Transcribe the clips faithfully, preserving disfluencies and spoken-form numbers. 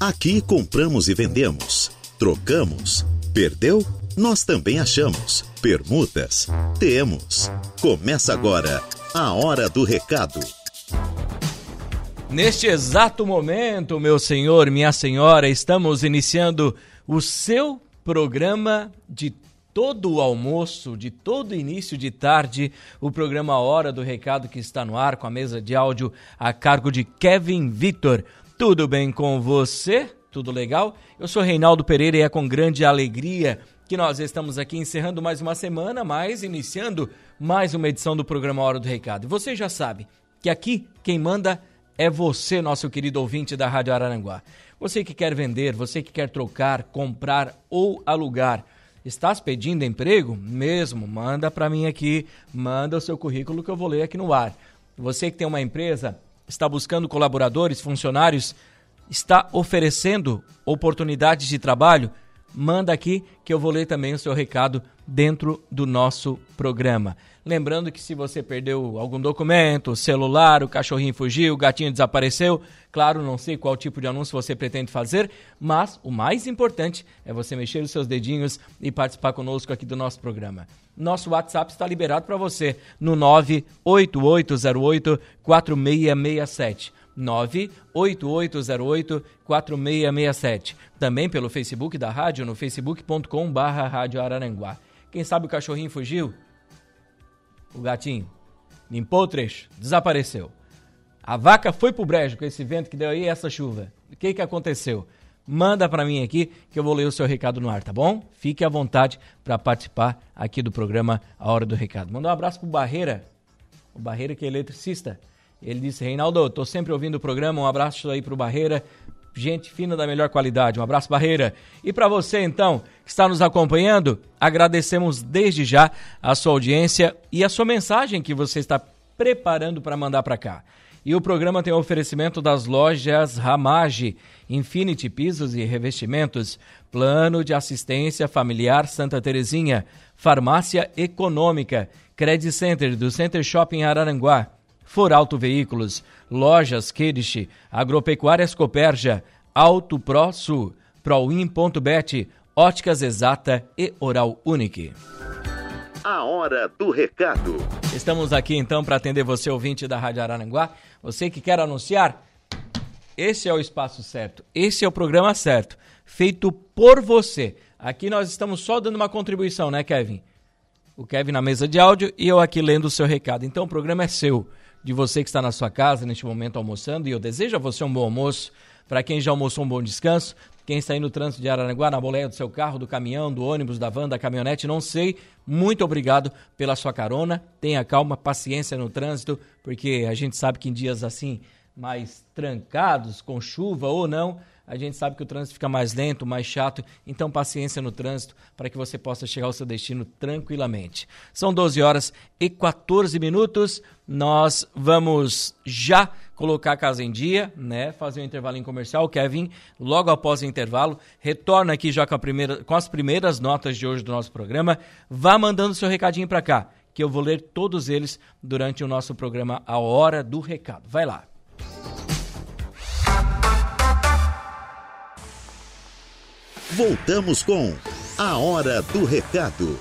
Aqui compramos e vendemos, trocamos, perdeu? Nós também achamos. Permutas? Temos. Começa agora a Hora do Recado. Neste exato momento, meu senhor, minha senhora, estamos iniciando o seu programa de todo o almoço, de todo início de tarde, o programa Hora do Recado que está no ar com a mesa de áudio a cargo de Kevin Vitor. Tudo bem com você? Tudo legal? Eu sou Reinaldo Pereira e é com grande alegria que nós estamos aqui encerrando mais uma semana, mas iniciando mais uma edição do programa Hora do Recado. E você já sabe que aqui quem manda é você, nosso querido ouvinte da Rádio Araranguá. Você que quer vender, você que quer trocar, comprar ou alugar. Estás pedindo emprego? Mesmo, manda para mim aqui, manda o seu currículo que eu vou ler aqui no ar. Você que tem uma empresa, está buscando colaboradores, funcionários, está oferecendo oportunidades de trabalho, manda aqui que eu vou ler também o seu recado dentro do nosso programa. Lembrando que se você perdeu algum documento, celular, o cachorrinho fugiu, o gatinho desapareceu, claro, não sei qual tipo de anúncio você pretende fazer, mas o mais importante é você mexer os seus dedinhos e participar conosco aqui do nosso programa. Nosso WhatsApp está liberado para você no nove oito oito zero oito quatro seis seis sete. nove oito oito zero oito quatro seis seis sete. Também pelo Facebook da rádio, no facebook ponto com barra rádio Araranguá. Quem sabe o cachorrinho fugiu? O gatinho limpou o trecho, desapareceu. A vaca foi pro brejo com esse vento que deu aí, essa chuva. O que que aconteceu? Manda para mim aqui que eu vou ler o seu recado no ar, tá bom? Fique à vontade para participar aqui do programa A Hora do Recado. Manda um abraço pro Barreira, o Barreira que é eletricista. Ele disse: Reinaldo, eu tô sempre ouvindo o programa, um abraço aí pro Barreira, gente fina da melhor qualidade, um abraço, Barreira. E para você então, que está nos acompanhando, agradecemos desde já a sua audiência e a sua mensagem que você está preparando para mandar para cá. E o programa tem o oferecimento das lojas Ramage, Infinity Pisos e Revestimentos, Plano de Assistência Familiar Santa Terezinha, Farmácia Econômica, Credit Center do Center Shopping Araranguá, For Auto Veículos, Lojas Kedish, Agropecuárias Copérgia, Auto Pro Sul, Proin.bet, Óticas Exata e Oral Unique. A Hora do Recado. Estamos aqui então para atender você, ouvinte da Rádio Araranguá. Você que quer anunciar, esse é o espaço certo, esse é o programa certo, feito por você. Aqui nós estamos só dando uma contribuição, né, Kevin? O Kevin na mesa de áudio e eu aqui lendo o seu recado. Então o programa é seu, de você que está na sua casa neste momento almoçando, e eu desejo a você um bom almoço. Para quem já almoçou, um bom descanso. Quem está aí no trânsito de Araranguá, na boleia do seu carro, do caminhão, do ônibus, da van, da caminhonete, não sei, muito obrigado pela sua carona. Tenha calma, paciência no trânsito, porque a gente sabe que em dias assim, mais trancados, com chuva ou não, a gente sabe que o trânsito fica mais lento, mais chato, então paciência no trânsito para que você possa chegar ao seu destino tranquilamente. São doze horas e quatorze minutos, nós vamos já colocar a casa em dia, né? Fazer um intervalinho comercial. O Kevin, logo após o intervalo, retorna aqui já com, a primeira, com as primeiras notas de hoje do nosso programa. Vá mandando seu recadinho para cá, que eu vou ler todos eles durante o nosso programa A Hora do Recado. Vai lá. Voltamos com A Hora do Recado.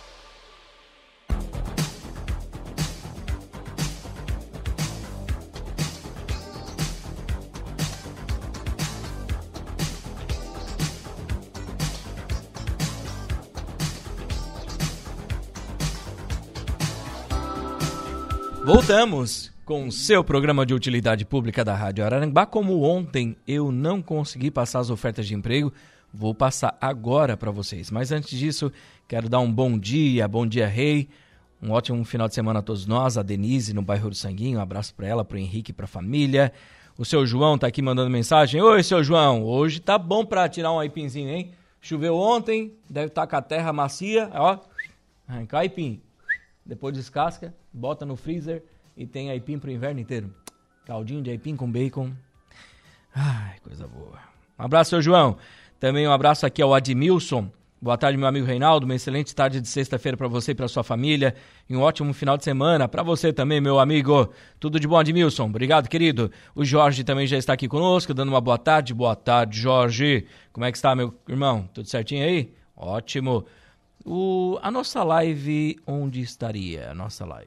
Voltamos com o seu programa de utilidade pública da Rádio Araranguá. Como ontem eu não consegui passar as ofertas de emprego, vou passar agora para vocês. Mas antes disso, quero dar um bom dia, bom dia, Rei. Um ótimo final de semana a todos nós. A Denise, no bairro do Sanguinho, um abraço para ela, para o Henrique e para a família. O seu João tá aqui mandando mensagem. Oi, seu João, hoje tá bom para tirar um aipinzinho, hein? Choveu ontem, deve estar com a terra macia, ó. Arrancar aipim. Depois descasca, bota no freezer e tem aipim pro inverno inteiro. Caldinho de aipim com bacon. Ai, coisa boa. Um abraço, seu João. Também um abraço aqui ao Admilson, Boa tarde, meu amigo Reinaldo. Uma excelente tarde de sexta-feira para você e para sua família. E um ótimo final de semana para você também, meu amigo. Tudo de bom, Admilson. Obrigado, querido. O Jorge também já está aqui conosco, dando uma boa tarde. Boa tarde, Jorge. Como é que está, meu irmão? Tudo certinho aí? Ótimo. O, a nossa live, onde estaria a nossa live?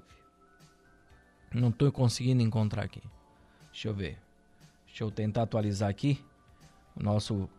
Não estou conseguindo encontrar aqui. Deixa eu ver. Deixa eu tentar atualizar aqui o nosso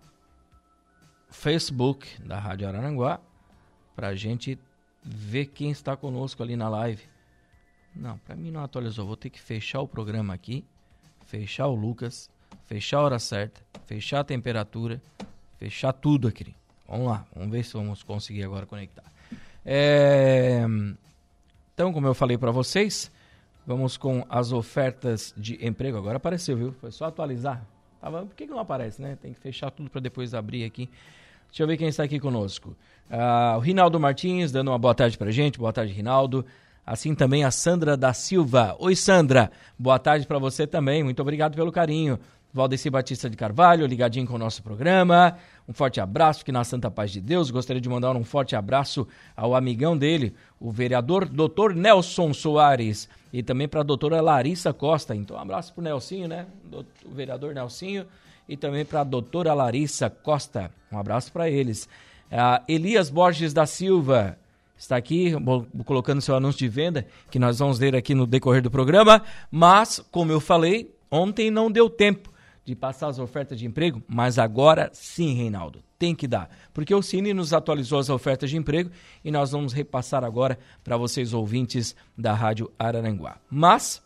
Facebook da Rádio Araranguá, pra gente ver quem está conosco ali na live. Não, pra mim não atualizou. Vou ter que fechar o programa aqui, fechar o Lucas, fechar a hora certa, fechar a temperatura, fechar tudo aqui. Vamos lá, vamos ver se vamos conseguir agora conectar. É... Então, como eu falei pra vocês, vamos com as ofertas de emprego. Agora apareceu, viu? Foi só atualizar. Tava... Por que que não aparece, né? Tem que fechar tudo para depois abrir aqui. Deixa eu ver quem está aqui conosco. Ah, o Rinaldo Martins, dando uma boa tarde pra gente. Boa tarde, Rinaldo. Assim também a Sandra da Silva. Oi, Sandra. Boa tarde para você também. Muito obrigado pelo carinho. Valdeci Batista de Carvalho, ligadinho com o nosso programa. Um forte abraço, que na santa paz de Deus. Gostaria de mandar um forte abraço ao amigão dele, o vereador doutor Nelson Soares. E também para a doutora Larissa Costa. Então, um abraço para o Nelsinho, né? O vereador Nelsinho. E também para a doutora Larissa Costa. Um abraço para eles. Uh, Elias Borges da Silva está aqui, colocando seu anúncio de venda, que nós vamos ler aqui no decorrer do programa. Mas, como eu falei, ontem não deu tempo de passar as ofertas de emprego, mas agora sim, Reinaldo, tem que dar. Porque o Cine nos atualizou as ofertas de emprego e nós vamos repassar agora para vocês ouvintes da Rádio Araranguá. Mas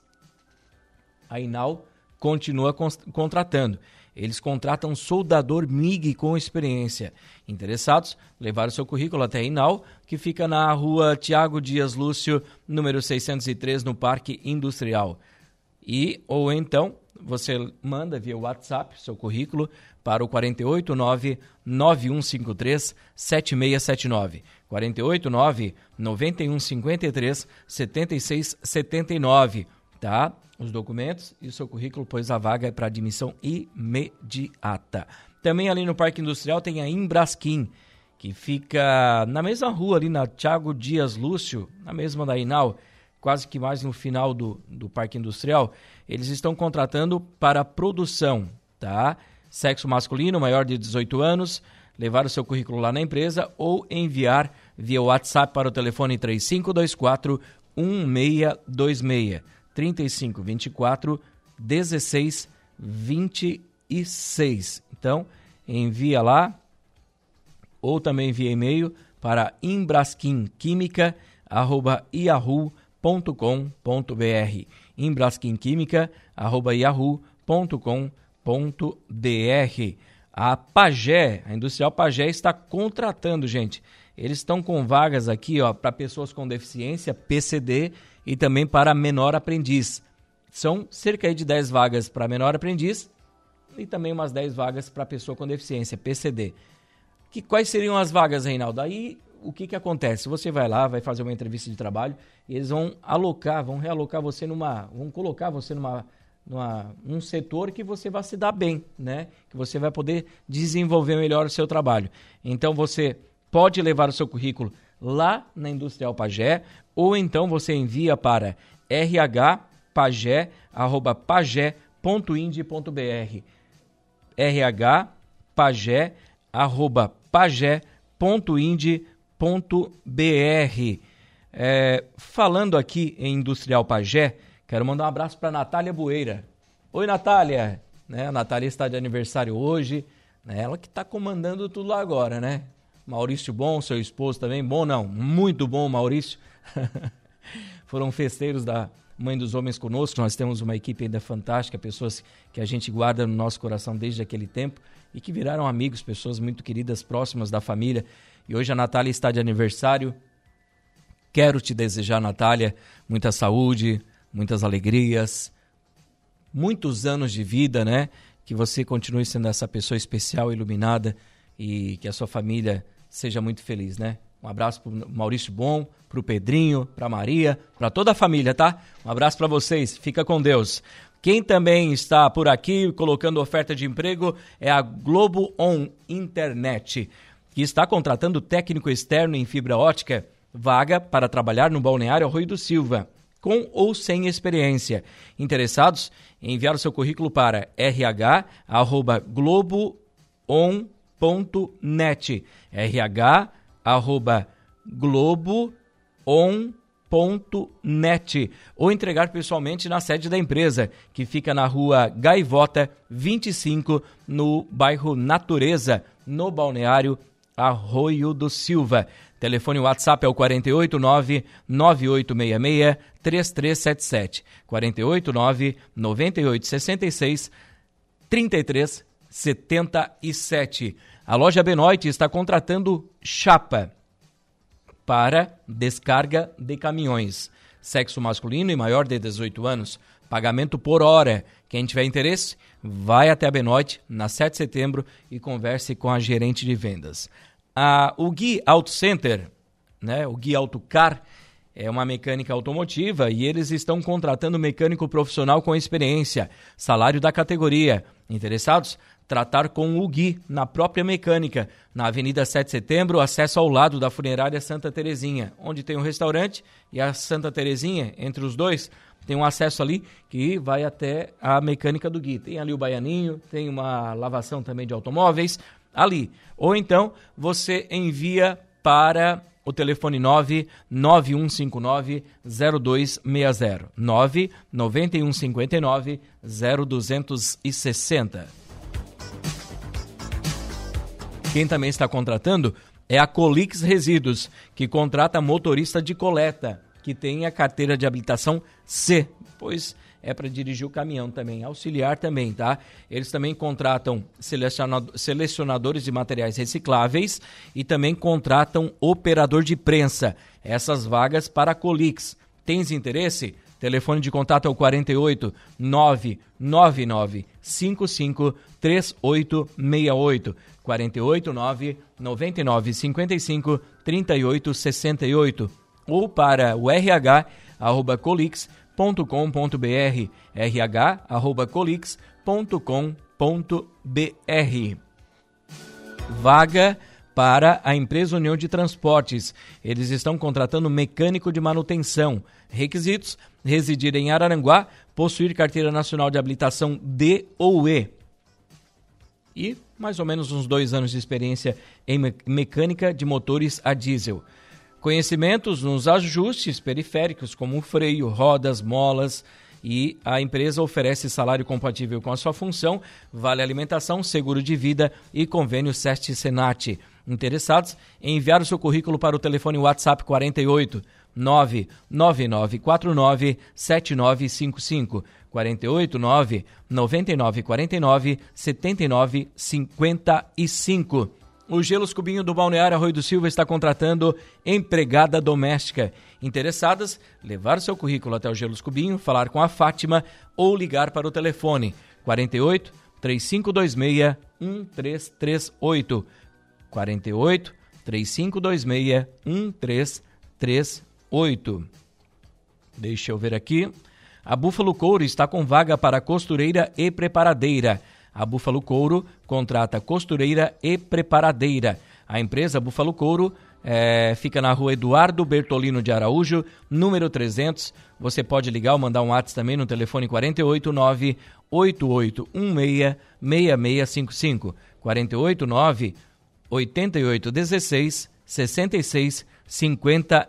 a Inal continua contratando. Eles contratam soldador M I G com experiência. Interessados? Levar o seu currículo até a Inal, que fica na rua Tiago Dias Lúcio, número seiscentos e três, no Parque Industrial. E, ou então, você manda via WhatsApp seu currículo para o quatro oito nove, nove um cinco três, sete seis sete nove. quatro oito nove, nove um cinco três, sete seis sete nove, tá? Os documentos e o seu currículo, pois a vaga é para admissão imediata. Também ali no Parque Industrial tem a Imbraskin, que fica na mesma rua ali na Tiago Dias Lúcio, na mesma da Inal, quase que mais no final do, do Parque Industrial. Eles estão contratando para produção, tá? Sexo masculino, maior de dezoito anos, levar o seu currículo lá na empresa ou enviar via WhatsApp para o telefone três cinco dois quatro, um seis dois seis. trinta e cinco, vinte e quatro, dezesseis, vinte e seis. Então, envia lá ou também envia e-mail para imbrasquimquimica arroba yahoo ponto com ponto br. imbrasquimquimica arroba yahoo ponto com ponto br. A Pagé, a Industrial Pagé está contratando, gente. Eles estão com vagas aqui, ó, para pessoas com deficiência, P C D, e também para menor aprendiz. São cerca de dez vagas para menor aprendiz e também umas dez vagas para pessoa com deficiência, P C D. Que, quais seriam as vagas, Reinaldo? Aí, o que que acontece? Você vai lá, vai fazer uma entrevista de trabalho e eles vão alocar, vão realocar você numa... vão colocar você numa... numa um setor que você vai se dar bem, né? Que você vai poder desenvolver melhor o seu trabalho. Então, você pode levar o seu currículo lá na Industrial Pagé, ou então você envia para r h pagé arroba pagé ponto ind ponto b r. r h pagé arroba pagé ponto ind ponto b r. É, falando aqui em Industrial Pagé, quero mandar um abraço para Natália Bueira. Oi, Natália! Né, a Natália está de aniversário hoje, né, ela que está comandando tudo lá agora, né? Maurício Bom, seu esposo também. Bom não, muito bom, Maurício. Foram festeiros da Mãe dos Homens conosco. Nós temos uma equipe ainda fantástica, pessoas que a gente guarda no nosso coração desde aquele tempo e que viraram amigos, pessoas muito queridas, próximas da família. E hoje a Natália está de aniversário. Quero te desejar, Natália, muita saúde, muitas alegrias, muitos anos de vida, né? Que você continue sendo essa pessoa especial, iluminada, e que a sua família seja muito feliz, né? Um abraço para o Maurício Bom, para o Pedrinho, para a Maria, para toda a família, tá? Um abraço para vocês, fica com Deus. Quem também está por aqui colocando oferta de emprego é a Globo On Internet. que está contratando técnico externo em fibra ótica, vaga para trabalhar no Balneário Arroio do Silva, com ou sem experiência. Interessados? Enviar o seu currículo para r h arroba globo on ponto net, r h arroba globo on ponto net, ou entregar pessoalmente na sede da empresa, que fica na rua Gaivota vinte e cinco, no bairro Natureza, no Balneário Arroio do Silva. Telefone WhatsApp é o quatro oito nove, nove oito seis seis, três três sete sete, quatro oito nove, nove oito seis seis, três três sete sete. A loja Benoit está contratando chapa para descarga de caminhões. Sexo masculino e maior de dezoito anos. Pagamento por hora. Quem tiver interesse, vai até a Benoit na sete de setembro e converse com a gerente de vendas. A, o Gui Auto Center, né, o Gui Autocar, é uma mecânica automotiva e eles estão contratando mecânico profissional com experiência. Salário da categoria. Interessados? Tratar com o Gui na própria mecânica, na Avenida sete de setembro, acesso ao lado da funerária Santa Terezinha, onde tem um restaurante e a Santa Terezinha, entre os dois, tem um acesso ali que vai até a mecânica do Gui. Tem ali o Baianinho, tem uma lavação também de automóveis ali. Ou então você envia para o telefone nove nove um cinco nove, zero dois seis zero, nove nove um cinco nove, zero dois seis zero. Quem também está contratando é a Colix Resíduos, que contrata motorista de coleta, que tem a carteira de habilitação C, pois é para dirigir o caminhão também, auxiliar também, tá? Eles também contratam selecionadores de materiais recicláveis e também contratam operador de prensa. Essas vagas para a Colix. Tens interesse? Telefone de contato é o quatro oito nove nove nove cinco cinco três oito seis oito, quatro oito nove nove nove cinco cinco três oito seis oito, ou para o r h arroba colix ponto com ponto b r, r h arroba colix ponto com ponto b r. Vaga para a empresa União de Transportes. Eles estão contratando mecânico de manutenção. Requisitos: residir em Araranguá, possuir carteira nacional de habilitação D ou E e mais ou menos uns dois anos de experiência em mecânica de motores a diesel. Conhecimentos nos ajustes periféricos, como freio, rodas, molas, e a empresa oferece salário compatível com a sua função, vale alimentação, seguro de vida e convênio SEST-Senat. Interessados? Enviar o seu currículo para o telefone WhatsApp quatro oito nove nove nove quatro nove sete nove cinco cinco, quatro oito nove nove nove quatro nove sete nove cinco cinco. O Gelos Cubinho do Balneário Arroio do Silva está contratando empregada doméstica. Interessadas? Levar seu currículo até o Gelos Cubinho, falar com a Fátima ou ligar para o telefone quatro oito três cinco dois seis um três três oito, quatro oito três cinco dois seis um três três oito. Deixa eu ver aqui. A Búfalo Couro está com vaga para costureira e preparadeira. A Búfalo Couro contrata costureira e preparadeira. A empresa Búfalo Couro é, fica na rua Eduardo Bertolino de Araújo, número trezentos. Você pode ligar ou mandar um WhatsApp também no telefone quatro oito nove oito oito um seis seis seis cinco cinco, quatro oito nove oito oito um seis seis seis cinco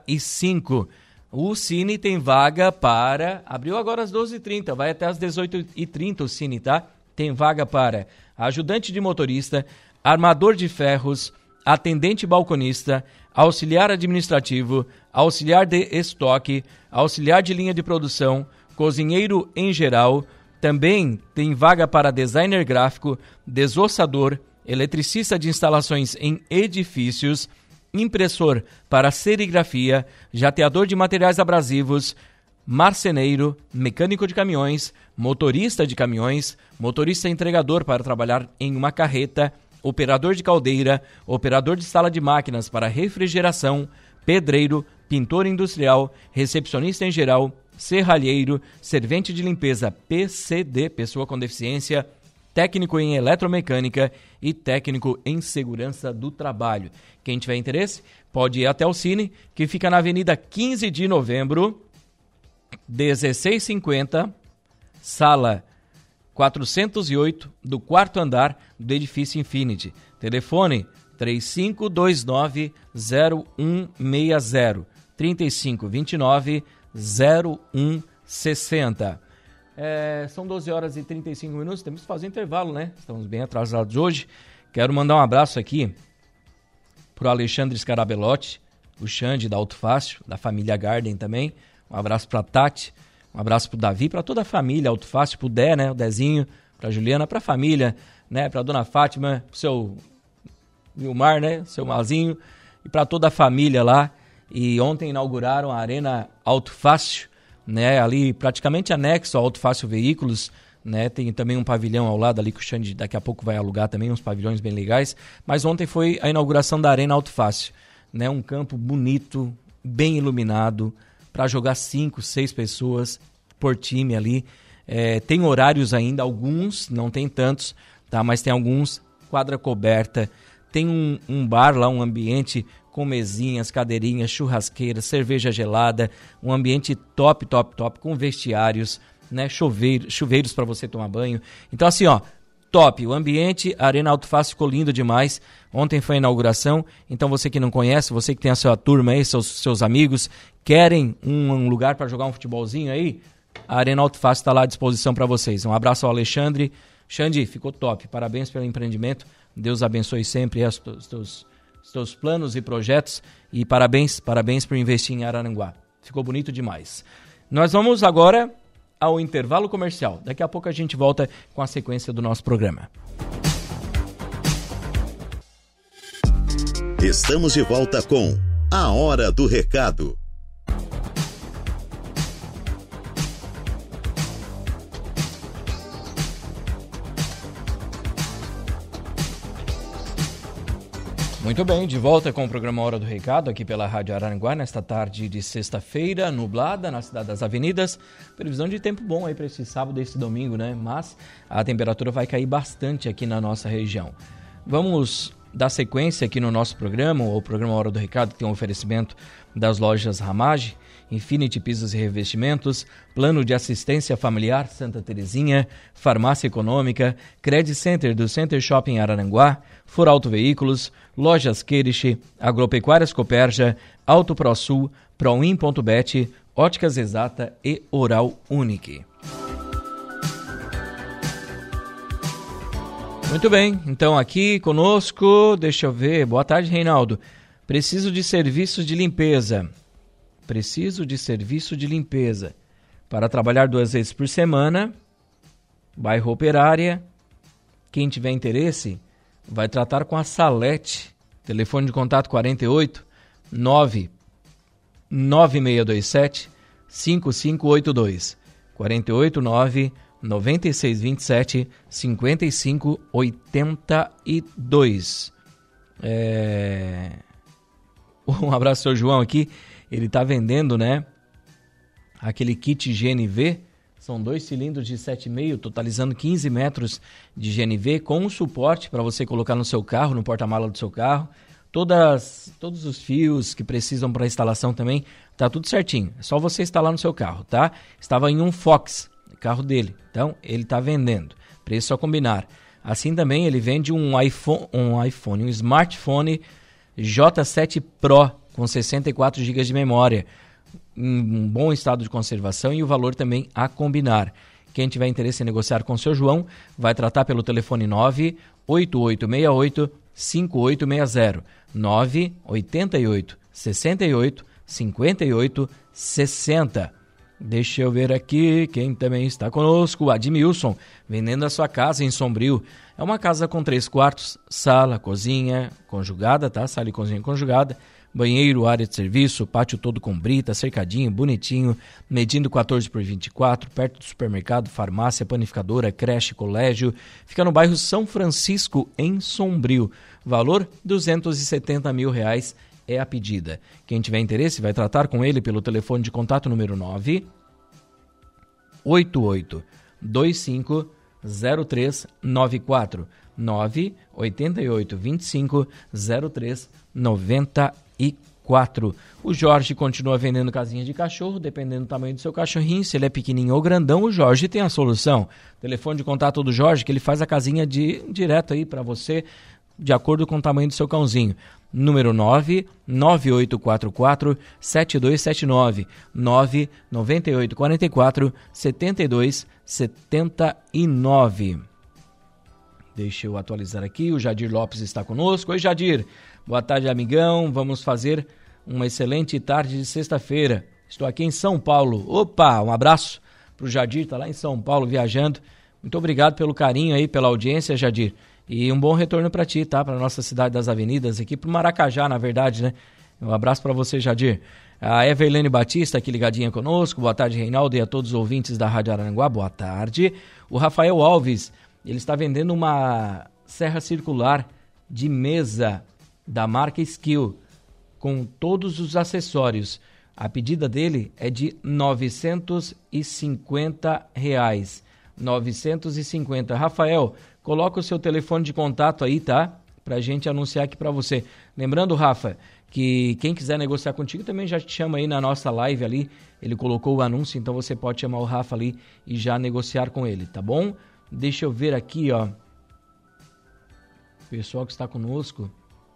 cinco. O Cine tem vaga para... Abriu agora às doze e trinta, vai até às dezoito e trinta o Cine, tá? Tem vaga para ajudante de motorista, armador de ferros, atendente balconista, auxiliar administrativo, auxiliar de estoque, auxiliar de linha de produção, cozinheiro em geral. Também tem vaga para designer gráfico, desossador, eletricista de instalações em edifícios, impressor para serigrafia, jateador de materiais abrasivos, marceneiro, mecânico de caminhões, motorista de caminhões, motorista entregador para trabalhar em uma carreta, operador de caldeira, operador de sala de máquinas para refrigeração, pedreiro, pintor industrial, recepcionista em geral, serralheiro, servente de limpeza P C D, pessoa com deficiência, técnico em eletromecânica e técnico em segurança do trabalho. Quem tiver interesse, pode ir até o Cine, que fica na Avenida quinze de novembro, dezesseis cinquenta, sala quatrocentos e oito, do quarto andar do edifício Infinity. Telefone três cinco dois nove, zero um seis zero, três cinco dois nove, zero um seis zero. É, são doze horas e trinta e cinco minutos, temos que fazer intervalo, né? Estamos bem atrasados hoje. Quero mandar um abraço aqui pro Alexandre Scarabelotti, o Xande da Auto Fácil, da família Garden também. Um abraço pra Tati, um abraço pro Davi, pra toda a família Auto Fácil, pro Dé, né? O Dezinho, pra Juliana, pra família, né? Pra dona Fátima, pro seu Vilmar, né? Seu Mazinho, e pra toda a família lá. E ontem inauguraram a Arena Auto Fácil, né, ali praticamente anexo ao Auto Fácil Veículos, né, tem também um pavilhão ao lado ali que o Xande daqui a pouco vai alugar também, uns pavilhões bem legais, mas ontem foi a inauguração da Arena Auto Fácil, né, um campo bonito, bem iluminado, para jogar cinco, seis pessoas por time ali, é, tem horários ainda, alguns, não tem tantos, tá, mas tem alguns, quadra coberta, tem um, um bar lá, um ambiente com mesinhas, cadeirinhas, churrasqueiras, cerveja gelada, um ambiente top, top, top, com vestiários, né, chuveiro, chuveiros para você tomar banho. Então assim, ó, top, o ambiente, a Arena Auto Fácil ficou lindo demais. Ontem foi a inauguração, então você que não conhece, você que tem a sua turma aí, seus, seus amigos, querem um, um lugar para jogar um futebolzinho aí, a Arena Auto Fácil está lá à disposição para vocês. Um abraço ao Alexandre. Xande, ficou top, parabéns pelo empreendimento, Deus abençoe sempre os teus os teus planos e projetos, e parabéns, parabéns por investir em Araranguá. Ficou bonito demais. Nós vamos agora ao intervalo comercial. Daqui a pouco a gente volta com a sequência do nosso programa. Estamos de volta com A Hora do Recado. Muito bem, de volta com o programa Hora do Recado, aqui pela Rádio Araranguá, nesta tarde de sexta-feira, nublada, na Cidade das Avenidas. Previsão de tempo bom aí para esse sábado e esse domingo, né? Mas a temperatura vai cair bastante aqui na nossa região. Vamos dar sequência aqui no nosso programa, o programa Hora do Recado, que tem um oferecimento das lojas Ramage, Infinity Pisos e Revestimentos, Plano de Assistência Familiar Santa Terezinha, Farmácia Econômica, Credit Center do Center Shopping Araranguá, Forauto Veículos, Lojas Queriche, Agropecuárias Coperja, Auto ProSul, Proin.bet, Óticas Exata e Oral Unique. Muito bem, então aqui conosco, deixa eu ver, boa tarde, Reinaldo. Preciso de serviços de limpeza. Preciso de serviço de limpeza. Para trabalhar duas vezes por semana, bairro Operária. Quem tiver interesse, vai tratar com a Salete. Telefone de contato quarenta e oito, nove nove seis dois sete, cinco cinco oito dois. quarenta e oito, nove nove seis dois sete, cinco cinco oito dois. É... Um abraço ao João aqui. Ele está vendendo, né, aquele kit G N V, são dois cilindros de sete vírgula cinco, totalizando quinze metros de G N V, com um suporte para você colocar no seu carro, no porta-mala do seu carro. Todas, todos os fios que precisam para instalação também, tá tudo certinho. É só você instalar no seu carro, tá? Estava em um Fox, carro dele. Então, ele está vendendo. Preço só combinar. Assim também, ele vende um iPhone, um iPhone, um smartphone J sete Pro, com sessenta e quatro gigas de memória, em um bom estado de conservação e o valor também a combinar. Quem tiver interesse em negociar com o seu João, vai tratar pelo telefone nove oito oito seis oito, cinco oito seis zero, nove oito oito, seis oito, cinco oito seis zero. Deixa eu ver aqui quem também está conosco, o Admilson, vendendo a sua casa em Sombrio. É uma casa com três quartos, sala, cozinha, conjugada, tá? Sala e cozinha conjugada. Banheiro, área de serviço, pátio todo com brita, cercadinho, bonitinho, medindo quatorze por vinte e quatro, perto do supermercado, farmácia, panificadora, creche, colégio. Fica no bairro São Francisco, em Sombrio. Valor duzentos e setenta mil reais é a pedida. Quem tiver interesse vai tratar com ele pelo telefone de contato número nove oito oito dois cinco zero três nove quatro, nove oito oito dois cinco zero três nove quatro. O Jorge continua vendendo casinha de cachorro, dependendo do tamanho do seu cachorrinho, se ele é pequenininho ou grandão, o Jorge tem a solução. Telefone de contato do Jorge, que ele faz a casinha de, direto aí para você, de acordo com o tamanho do seu cãozinho. Número nove nove oito quatro quatro sete dois sete nove, nove nove oito quatro quatro sete dois sete nove. Deixa eu atualizar aqui, o Jadir Lopes está conosco. Oi, Jadir, boa tarde, amigão. Vamos fazer uma excelente tarde de sexta-feira. Estou aqui em São Paulo. Opa, um abraço para o Jadir, está lá em São Paulo viajando. Muito obrigado pelo carinho aí, pela audiência, Jadir. E um bom retorno para ti, tá? Para nossa cidade das avenidas, aqui para o Maracajá, na verdade, né? Um abraço para você, Jadir. A Everlene Batista aqui ligadinha conosco. Boa tarde, Reinaldo, e a todos os ouvintes da Rádio Araranguá. Boa tarde. O Rafael Alves, ele está vendendo uma serra circular de mesa da marca Skill, com todos os acessórios. A pedida dele é de novecentos e cinquenta reais. novecentos e cinquenta. Rafael, coloca o seu telefone de contato aí, tá? Pra gente anunciar aqui pra você. Lembrando, Rafa, que quem quiser negociar contigo também já te chama aí na nossa live ali. Ele colocou o anúncio, então você pode chamar o Rafa ali e já negociar com ele, tá bom? Deixa eu ver aqui, ó. O pessoal que está conosco.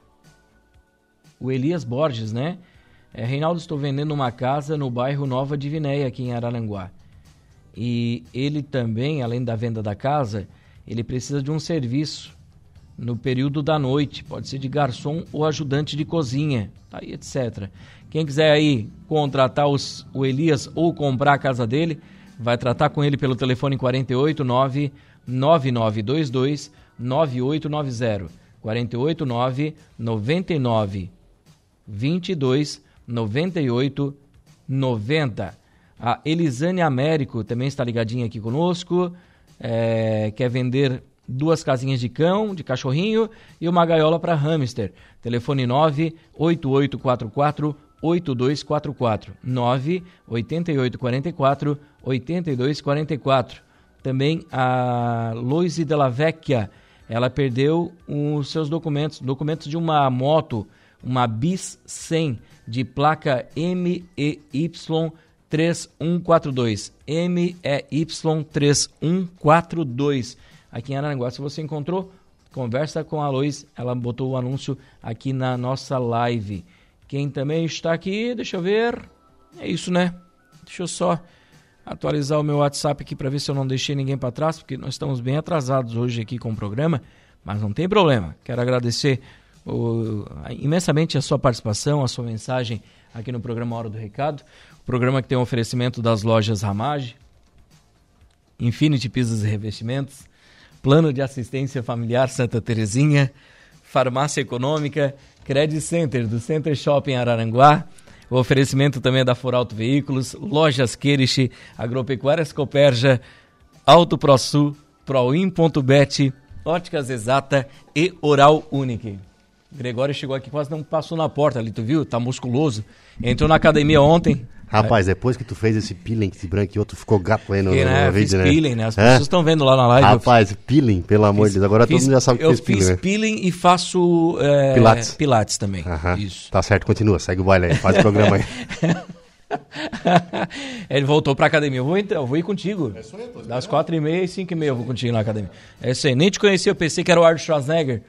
O Elias Borges, né? É, Reinaldo, estou vendendo uma casa no bairro Nova Divinéia, aqui em Araranguá. E ele também, além da venda da casa, ele precisa de um serviço no período da noite. Pode ser de garçom ou ajudante de cozinha, tá aí, etcétera. Quem quiser aí contratar os, o Elias ou comprar a casa dele, vai tratar com ele pelo telefone quatro oito nove, nove nove dois dois, nove oito nove zero. quatro oito nove, nove nove dois dois, nove oito nove zero. A Elisane Américo também está ligadinha aqui conosco. É, quer vender duas casinhas de cão, de cachorrinho e uma gaiola para hamster. Telefone nove oito oito quatro quatro oito dois quatro quatro, nove oito oito quatro quatro oito dois quatro quatro. Também a Loise Della Vecchia, ela perdeu os seus documentos, documentos de uma moto, uma Bis cem de placa M E Y três um quatro dois, M E Y três um quatro dois, aqui em Araranguá. Se você encontrou, conversa com a Lois, ela botou o anúncio aqui na nossa live. Quem também está aqui, deixa eu ver, é isso, né? Deixa eu só atualizar o meu WhatsApp aqui para ver se eu não deixei ninguém para trás, porque nós estamos bem atrasados hoje aqui com o programa, mas não tem problema. Quero agradecer o, imensamente a sua participação, a sua mensagem aqui no programa Hora do Recado. Programa que tem um oferecimento das lojas Ramage, Infinity Pisos e Revestimentos, Plano de Assistência Familiar Santa Terezinha, Farmácia Econômica, Credit Center do Center Shopping Araranguá, o oferecimento também é da Forauto Veículos, Lojas Queriche, Agropecuárias Coperja, Auto ProSul, Proin.bet, Óticas Exata e Oral Unique. Gregório chegou aqui, quase não passou na porta ali, tu viu? Tá musculoso. Entrou na academia ontem. Rapaz, depois que tu fez esse peeling, esse branco e outro ficou gato aí no, que, né? no vídeo, fiz né? peeling, né? As pessoas estão vendo lá na live. Rapaz, fiz... peeling, pelo amor fiz, de Deus. Agora fiz, todo mundo já sabe que fez peeling, Eu fiz né? peeling e faço é, Pilates. Pilates também. Aham. Isso. Tá certo, continua, segue o baile aí, faz o programa aí. Ele voltou pra academia. Eu vou, então, eu vou ir contigo. É isso aí, tô das quatro e meia e cinco e meia eu vou contigo na academia. É isso aí. Nem te conhecia, eu pensei que era o Arnold Schwarzenegger.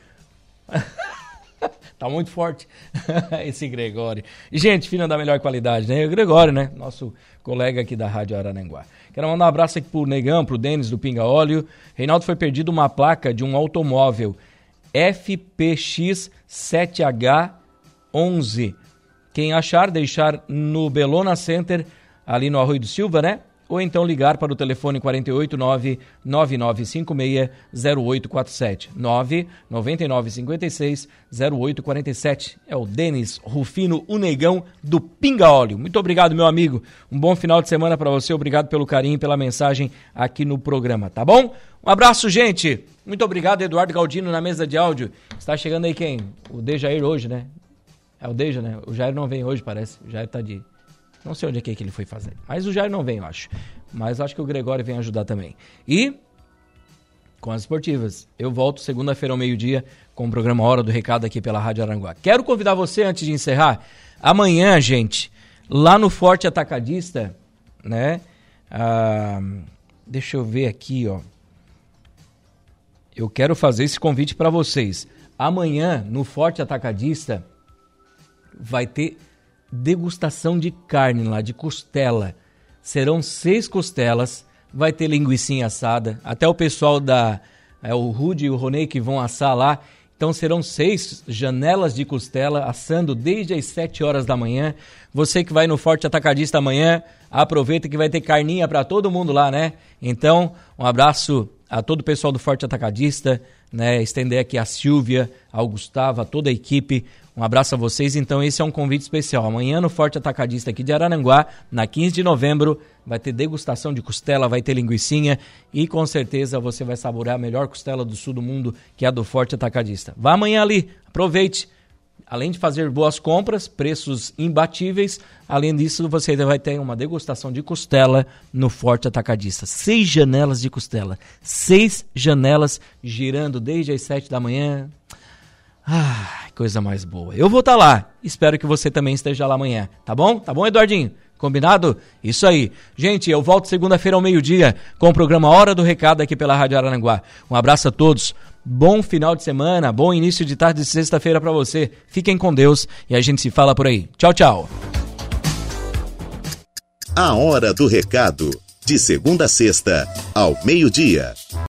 Tá muito forte esse Gregório. Gente, fina da melhor qualidade, né? O Gregório, né? Nosso colega aqui da Rádio Araranguá. Quero mandar um abraço aqui pro Negão, pro Denis do Pinga Óleo. Reinaldo, foi perdido uma placa de um automóvel F P X sete H onze. Quem achar, deixar no Belona Center, ali no Arroio do Silva, né? Ou então ligar para o telefone quatro oito nove, nove nove cinco seis, zero oito quatro sete, nove nove nove cinco seis, zero oito quatro sete. É o Denis Rufino, o Negão do Pinga Óleo. Muito obrigado, meu amigo. Um bom final de semana para você. Obrigado pelo carinho e pela mensagem aqui no programa, tá bom? Um abraço, gente. Muito obrigado, Eduardo Galdino, na mesa de áudio. Está chegando aí quem? O Dejair hoje, né? É o Deja, né? O Jair não vem hoje, parece. O Jair tá de... Não sei onde é que, é que ele foi fazer. Mas o Jair não vem, eu acho. Mas acho que o Gregório vem ajudar também. E Com as esportivas. Eu volto segunda-feira ao meio-dia com o programa Hora do Recado aqui pela Rádio Araranguá. Quero convidar você, antes de encerrar, amanhã, gente, lá no Forte Atacadista, né? Ah, deixa eu ver aqui, ó. Eu quero fazer esse convite para vocês. Amanhã, no Forte Atacadista, vai ter degustação de carne lá, de costela. Serão seis costelas, vai ter linguicinha assada, até o pessoal da, é, o Rudy e o Ronei que vão assar lá. Então serão seis janelas de costela assando desde as sete horas da manhã. Você que vai no Forte Atacadista amanhã, aproveita que vai ter carninha para todo mundo lá, né? Então, um abraço a todo o pessoal do Forte Atacadista, né? Estender aqui a Silvia, ao Gustavo, a toda a equipe. Um abraço a vocês. Então esse é um convite especial. Amanhã no Forte Atacadista aqui de Araranguá, na quinze de novembro, vai ter degustação de costela, vai ter linguicinha e com certeza você vai saborear a melhor costela do sul do mundo, que é a do Forte Atacadista. Vá amanhã ali, aproveite. Além de fazer boas compras, preços imbatíveis, além disso você vai ter uma degustação de costela no Forte Atacadista. Seis janelas de costela, seis janelas girando desde as sete da manhã. Ah, coisa mais boa. Eu vou estar lá. Espero que você também esteja lá amanhã. Tá bom? Tá bom, Eduardinho? Combinado? Isso aí. Gente, eu volto segunda-feira ao meio-dia com o programa Hora do Recado aqui pela Rádio Araranguá. Um abraço a todos. Bom final de semana, bom início de tarde de sexta-feira para você. Fiquem com Deus e a gente se fala por aí. Tchau, tchau. A Hora do Recado. De segunda a sexta, ao meio-dia.